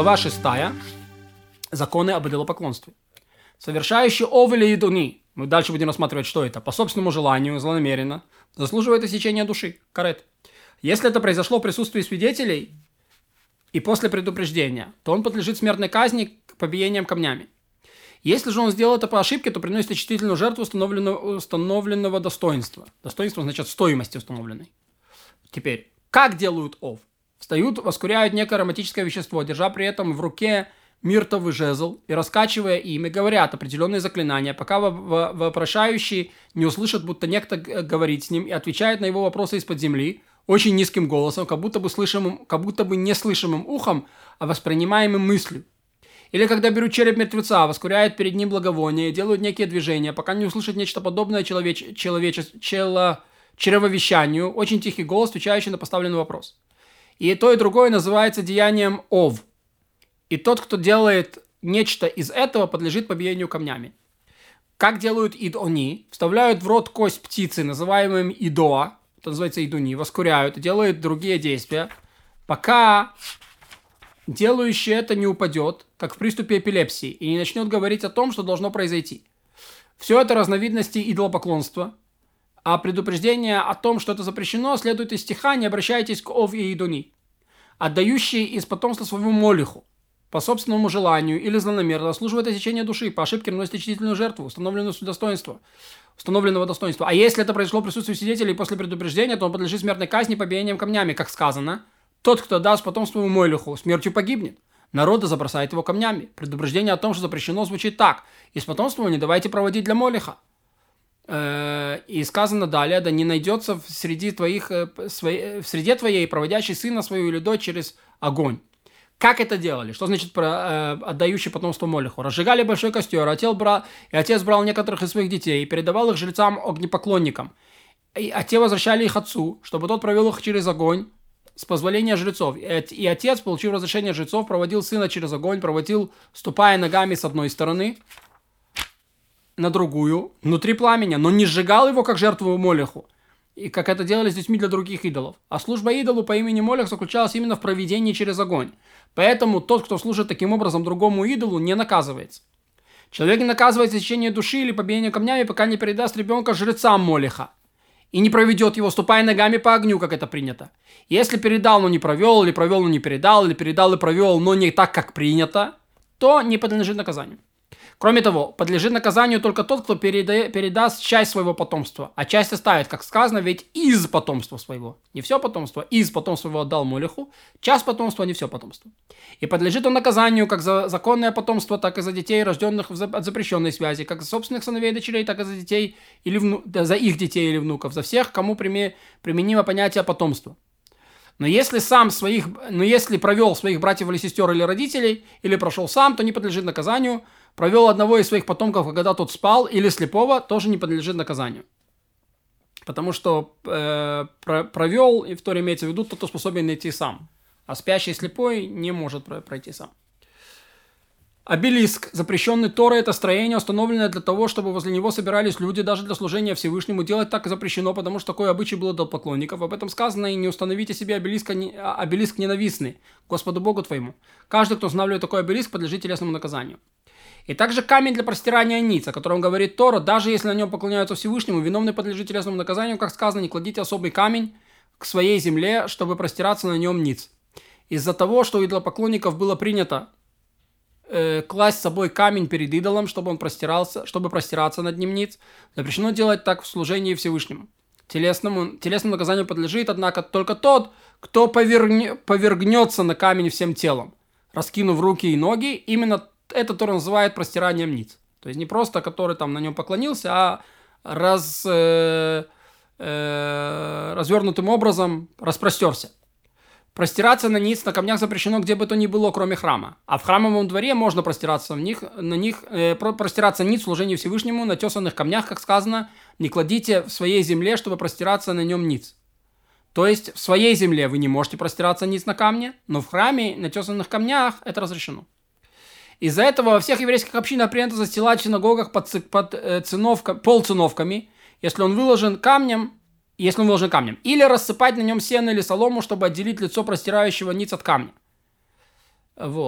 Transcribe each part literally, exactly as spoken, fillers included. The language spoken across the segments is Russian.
Глава шестая. Законы об идолопоклонстве. Совершающий ов или едуни, мы дальше будем рассматривать, что это, по собственному желанию, злонамеренно, заслуживает отсечения души, карет. Если это произошло в присутствии свидетелей и после предупреждения, то он подлежит смертной казни побиением камнями. Если же он сделал это по ошибке, то приносит очистительную жертву установленного, установленного достоинства. Достоинство значит стоимости установленной. Теперь, как делают ов? Встают, воскуряют некое ароматическое вещество, держа при этом в руке миртовый жезл и раскачивая им, и говорят определенные заклинания, пока вопрошающий не услышит, будто некто говорит с ним и отвечает на его вопросы из-под земли очень низким голосом, как будто бы слышимым, как будто бы не слышимым ухом, а воспринимаемым мыслью. Или когда берут череп мертвеца, воскуряют перед ним благовоние и делают некие движения, пока не услышат нечто подобное человеч... человеч... чело... чревовещанию, очень тихий голос, отвечающий на поставленный вопрос. И то, и другое называется деянием ов. И тот, кто делает нечто из этого, подлежит побиению камнями. Как делают идони? Вставляют в рот кость птицы, называемым идоа, это называется идуни, воскуряют и делают другие действия, пока делающий это не упадет, как в приступе эпилепсии, и не начнет говорить о том, что должно произойти. Все это разновидности идолопоклонства, а предупреждение о том, что это запрещено, следует из стиха «Не обращайтесь к ов и идуни», отдающий из потомства своему молиху, по собственному желанию или злонамеренно заслуживает отсечения души, по ошибке приносит очистительную жертву, установленную достоинства, установленного достоинства. А если это произошло в присутствии свидетелей после предупреждения, то он подлежит смертной казни побиением камнями, как сказано. Тот, кто даст потомству своему молиху, смертью погибнет. Народа забросает его камнями. Предупреждение о том, что запрещено, звучит так: из потомства не давайте проводить для молиха. И сказано далее: да не найдется в среде твоих, в среде твоей проводящий сына свою или дочь через огонь. Как это делали? Что значит про, э, отдающий потомство молиху? Разжигали большой костер, отец брал, и отец брал некоторых из своих детей и передавал их жрецам огнепоклонникам. И, а те возвращали их отцу, чтобы тот провел их через огонь с позволения жрецов. И, и отец, получив разрешение жрецов, проводил сына через огонь, проводил, ступая ногами с одной стороны на другую, внутри пламени, но не сжигал его, как жертву молиху, и как это делали с детьми для других идолов. А служба идолу по имени Молех заключалась именно в проведении через огонь. Поэтому тот, кто служит таким образом другому идолу, не наказывается. Человек не наказывается в течение души или побиением камнями, пока не передаст ребенка жрецам Молеха и не проведет его, ступая ногами по огню, как это принято. Если передал, но не провел, или провел, но не передал, или передал и провел, но не так, как принято, то не подлежит наказанию. Кроме того, подлежит наказанию только тот, кто переда- передаст часть своего потомства, а часть оставит, как сказано, ведь из потомства своего. Не все потомство, из потомства его отдал Молеху, часть потомства, а не все потомство. И подлежит он наказанию как за законное потомство, так и за детей, рожденных от запрещенной связи, как за собственных сыновей и дочерей, так и за детей или вну... да, за их детей или внуков, за всех, кому прими... применимо понятие потомства. Но если сам своих, но если провел своих братьев или сестер или родителей, или прошел сам, то не подлежит наказанию. Провел одного из своих потомков, когда тот спал, или слепого, тоже не подлежит наказанию. Потому что э, про, провел, и в Торе имеется в виду, тот, кто способен найти сам. А спящий и слепой не может пройти сам. Обелиск, запрещенный Торой, это строение, установленное для того, чтобы возле него собирались люди, даже для служения Всевышнему. Делать так и запрещено, потому что такой обычай был от поклонников. Об этом сказано: и не установите себе обелиск, обелиск ненавистный Господу Богу твоему. Каждый, кто устанавливает такой обелиск, подлежит телесному наказанию. И также камень для простирания ниц, о котором говорит Тора, даже если на нем поклоняются Всевышнему, виновный подлежит телесному наказанию, как сказано: не кладите особый камень к своей земле, чтобы простираться на нем ниц. Из-за того, что у идолопоклонников было принято э, класть с собой камень перед идолом, чтобы он простирался, чтобы простираться над ним ниц, запрещено делать так в служении Всевышнему. Телесному, телесному наказанию подлежит, однако, только тот, кто поверг... повергнется на камень всем телом, раскинув руки и ноги. Именно это Тора называет простиранием ниц. То есть не просто, который там на нем поклонился, а раз, э, э, развернутым образом распростерся. Простираться на ниц на камнях запрещено где бы то ни было, кроме храма. А в храмовом дворе можно простираться в них, на них, э, простираться ниц в служении Всевышнему на тесанных камнях, как сказано: не кладите в своей земле, чтобы простираться на нем ниц. То есть в своей земле вы не можете простираться ниц на камне, но в храме на тесанных камнях это разрешено. Из-за этого во всех еврейских общинах принято застилать в синагогах под, под э, циновка, полциновками, если он выложен камнем, если он выложен камнем, или рассыпать на нем сено или солому, чтобы отделить лицо простирающего ниц от камня. Вот.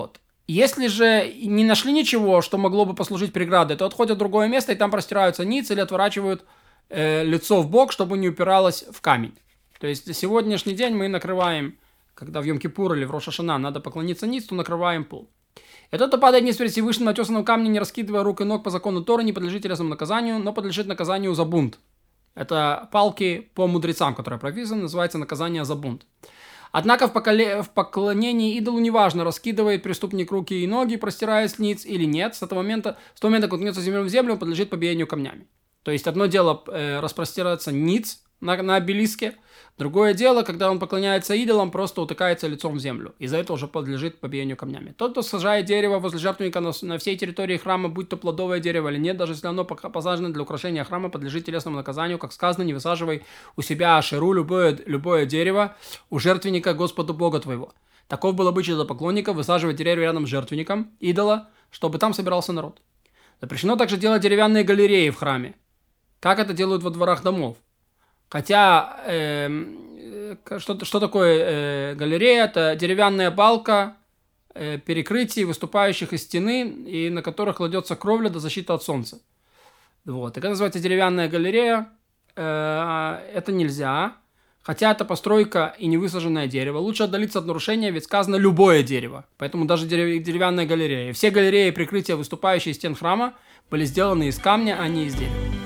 Если же не нашли ничего, что могло бы послужить преградой, то отходят в другое место, и там простираются ниц или отворачивают э, лицо в бок, чтобы не упиралось в камень. То есть, на сегодняшний день мы накрываем, когда в Йом-Кипур или в Рош-ха-Шана надо поклониться ниц, то накрываем пол. И тот, кто падает ниц перед Всевышним на тесаном камне, не раскидывая рук и ног по закону Торы, не подлежит телесному наказанию, но подлежит наказанию за бунт. Это палки по мудрецам, которые прописаны, называется наказание за бунт. Однако в, поколе... в поклонении идолу неважно, раскидывает преступник руки и ноги, простираясь ниц или нет, с этого момента, с того момента, как уткнется землю в землю, он подлежит побиению камнями. То есть одно дело э, распростираться ниц на, на обелиске, другое дело, когда он поклоняется идолам, просто утыкается лицом в землю. Из-за этого уже подлежит побиению камнями. Тот, кто сажает дерево возле жертвенника на, на всей территории храма, будь то плодовое дерево или нет, даже если оно посажено для украшения храма, подлежит телесному наказанию, как сказано, не высаживай у себя ашеру, любое, любое дерево у жертвенника Господу Бога твоего. Таков был обычай для поклонников высаживать дерево рядом с жертвенником идола, чтобы там собирался народ. Запрещено также делать деревянные галереи в храме, как это делают во дворах домов. Хотя, э, что, что такое э, галерея? Это деревянная балка э, перекрытий, выступающих из стены, и на которых кладется кровля для защиты от солнца. Вот. И это называется деревянная галерея. Э, это нельзя. Хотя это постройка и не высаженное дерево. Лучше отдалиться от нарушения, ведь сказано любое дерево. Поэтому даже деревянная галерея. Все галереи и прикрытия, выступающие из стен храма, были сделаны из камня, а не из дерева.